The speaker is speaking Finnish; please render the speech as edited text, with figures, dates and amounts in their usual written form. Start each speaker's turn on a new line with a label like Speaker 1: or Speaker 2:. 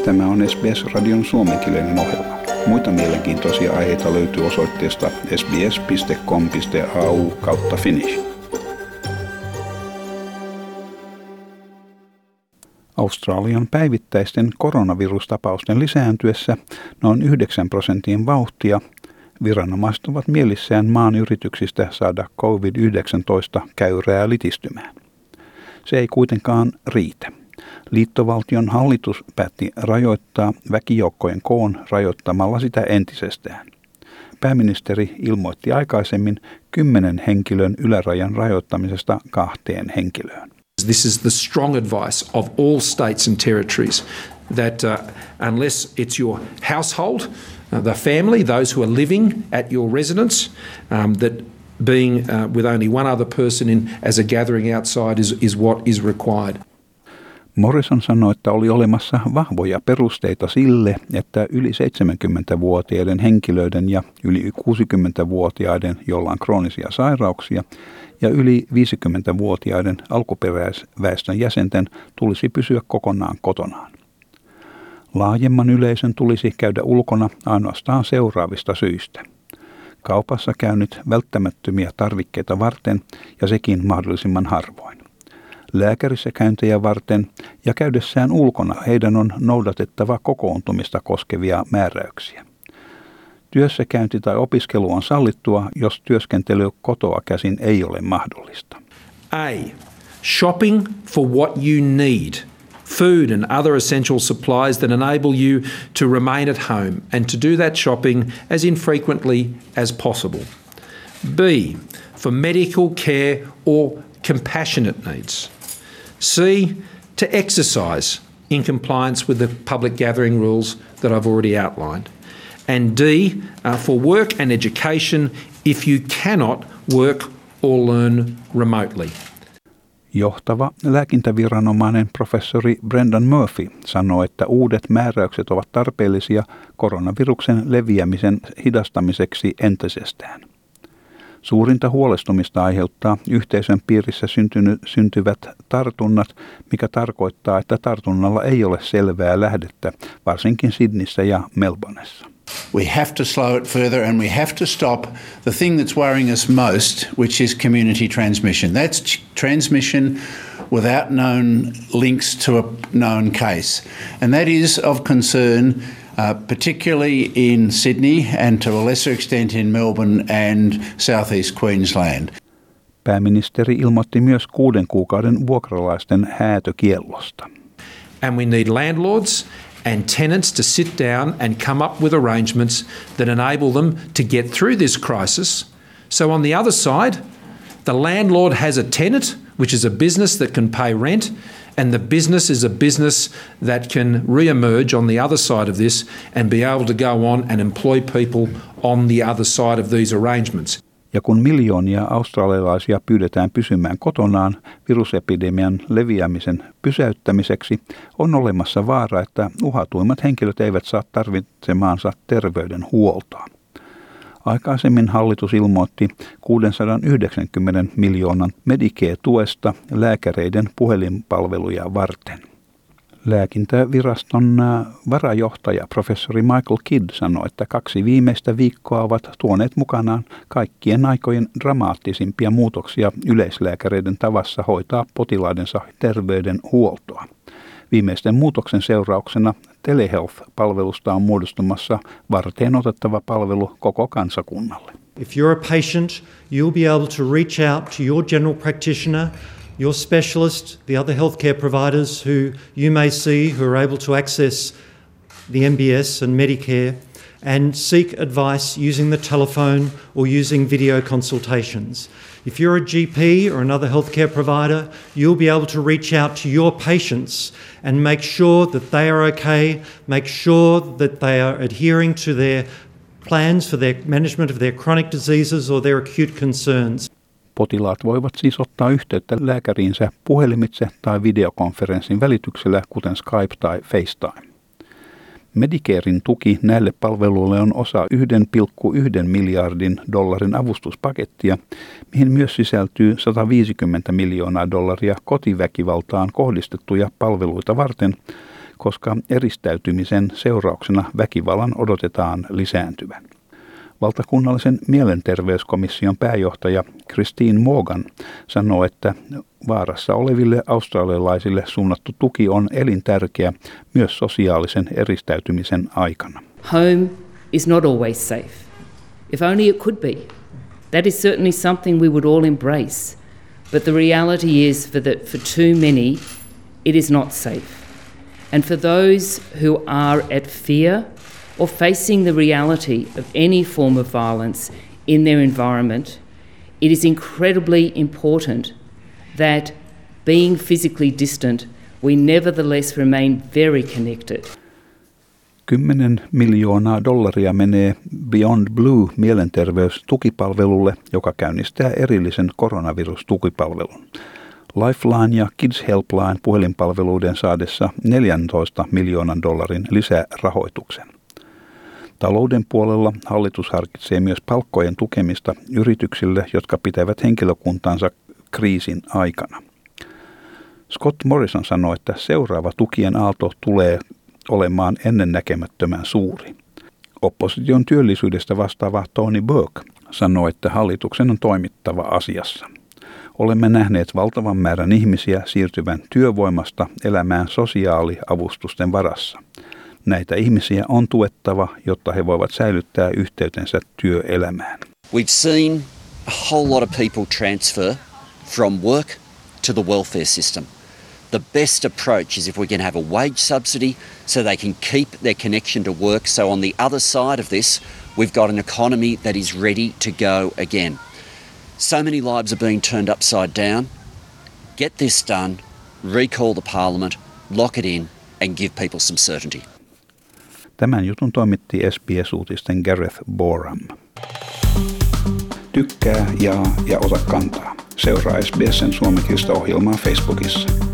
Speaker 1: Tämä on SBS-radion suomenkielinen ohjelma. Muita mielenkiintoisia aiheita löytyy osoitteesta sbs.com.au/finnish. Australian päivittäisten koronavirustapausten lisääntyessä noin 9% vauhtia viranomaiset ovat mielissään maan yrityksistä saada COVID-19 käyrää litistymään. Se ei kuitenkaan riitä. Liittovaltion hallitus päätti rajoittaa väkijoukkojen koon rajoittamalla sitä entisestään. Pääministeri ilmoitti aikaisemmin 10 henkilön ylärajan rajoittamisesta 2 henkilöön.
Speaker 2: This is the strong advice of all states and territories that unless it's your household, the family, those who are living at your residence, that being with only one other person in as a gathering outside is what is required.
Speaker 1: Morrison sanoi, että oli olemassa vahvoja perusteita sille, että yli 70-vuotiaiden henkilöiden ja yli 60-vuotiaiden, joilla on kroonisia sairauksia, ja yli 50-vuotiaiden alkuperäisväestön jäsenten tulisi pysyä kokonaan kotonaan. Laajemman yleisön tulisi käydä ulkona ainoastaan seuraavista syistä. Kaupassa käynyt välttämättömiä tarvikkeita varten ja sekin mahdollisimman harvoin. Lääkärissä käyntejä varten ja käydessään ulkona heidän on noudatettava kokoontumista koskevia määräyksiä. Työssäkäynti tai opiskelu on sallittua, jos työskentely kotoa käsin ei ole mahdollista.
Speaker 2: A. Shopping for what you need. Food and other essential supplies that enable you to remain at home and to do that shopping as infrequently as possible. B. For medical care or compassionate needs. C. To exercise in compliance with the public gathering rules that I've already outlined. And D. For work and education if you cannot work or learn remotely.
Speaker 1: Johtava lääkintäviranomainen professori Brendan Murphy sanoi, että uudet määräykset ovat tarpeellisia koronaviruksen leviämisen hidastamiseksi entisestään. Suurinta huolestumista aiheuttaa yhteisön piirissä syntyvät tartunnat, mikä tarkoittaa, että tartunnalla ei ole selvää lähdettä, varsinkin Sydneyssä ja Melbourneessa.
Speaker 3: We have to slow it further and we have to stop the thing that's worrying us most, which is community transmission. That's transmission without known links to a known case. And that is of concern particularly in Sydney and to a lesser extent in Melbourne and South East Queensland.
Speaker 1: Pääministeri ilmoitti myös 6 kuukauden vuokralaisten häätökiellosta.
Speaker 2: And we need landlords and tenants to sit down and come up with arrangements that enable them to get through this crisis. So on the other side, the landlord has a tenant, which is a business that can pay rent, and the business is a business that can re-emerge on the other side of this and be able to go on and employ people on the other side of these arrangements.
Speaker 1: Ja kun miljoonia australialaisia pyydetään pysymään kotonaan virusepidemian leviämisen pysäyttämiseksi, on olemassa vaara, että uhatuimmat henkilöt eivät saa tarvitsemaansa terveydenhuoltoa. Aikaisemmin hallitus ilmoitti 690 miljoonan Medicare-tuesta lääkäreiden puhelinpalveluja varten. Lääkintäviraston varajohtaja professori Michael Kidd sanoi, että 2 viimeistä viikkoa ovat tuoneet mukanaan kaikkien aikojen dramaattisimpia muutoksia yleislääkäreiden tavassa hoitaa potilaidensa terveydenhuoltoa. Viimeisten muutoksen seurauksena telehealth-palvelusta on muodostumassa varteen otettava palvelu koko kansakunnalle.
Speaker 4: If you're a patient, you'll be able to reach out to your general practitioner, your specialist, the other healthcare providers who you may see who are able to access the MBS and Medicare and seek advice using the telephone or using video consultations. If you're a GP or another healthcare provider, you'll be able to reach out to your patients and make sure that they are okay, make sure that they are adhering to their plans for their management of their chronic diseases or their acute concerns.
Speaker 1: Potilaat voivat siis ottaa yhteyttä lääkäriinsä puhelimitse tai videokonferenssin välityksellä, kuten Skype tai FaceTime. Medicarein tuki näille palveluille on osa $1,1 miljardin avustuspakettia, mihin myös sisältyy $150 miljoonaa kotiväkivaltaan kohdistettuja palveluita varten, koska eristäytymisen seurauksena väkivallan odotetaan lisääntyvän. Valtakunnallisen mielenterveyskomission pääjohtaja Christine Morgan sanoo, että vaarassa oleville australialaisille suunnattu tuki on elintärkeä myös sosiaalisen eristäytymisen aikana.
Speaker 5: Home is not always safe. If only it could be. That is certainly something we would all embrace. But the reality is for too many, it is not safe. And for those who are at fear or facing the reality of any form of violence in their environment, it is incredibly important that being physically distant, we nevertheless remain very connected.
Speaker 1: $10 miljoonaa menee Beyond Blue mielenterveystukipalvelulle, joka käynnistää erillisen koronavirustukipalvelun. Lifeline ja Kids Helpline puhelinpalveluiden saadessa $14 miljoonan lisärahoituksen. Talouden puolella hallitus harkitsee myös palkkojen tukemista yrityksille, jotka pitävät henkilökuntansa kriisin aikana. Scott Morrison sanoi, että seuraava tukien aalto tulee olemaan ennennäkemättömän suuri. Opposition työllisyydestä vastaava Tony Burke sanoi, että hallituksen on toimittava asiassa. Olemme nähneet valtavan määrän ihmisiä siirtyvän työvoimasta elämään sosiaaliavustusten varassa. Näitä ihmisiä on tuettava, jotta he voivat säilyttää yhteytensä työelämään.
Speaker 6: We've seen a whole lot of people transfer from work to the welfare system. The best approach is if we can have a wage subsidy so they can keep their connection to work. So on the other side of this, we've got an economy that is ready to go again. So many lives are being turned upside down. Get this done, recall the parliament, lock it in and give people some certainty.
Speaker 1: Tämän jutun toimitti SBS-uutisten Gareth Boreham. Tykkää, jaa ja ota kantaa. Seuraa SBS:n suomenkielistä ohjelmaa Facebookissa.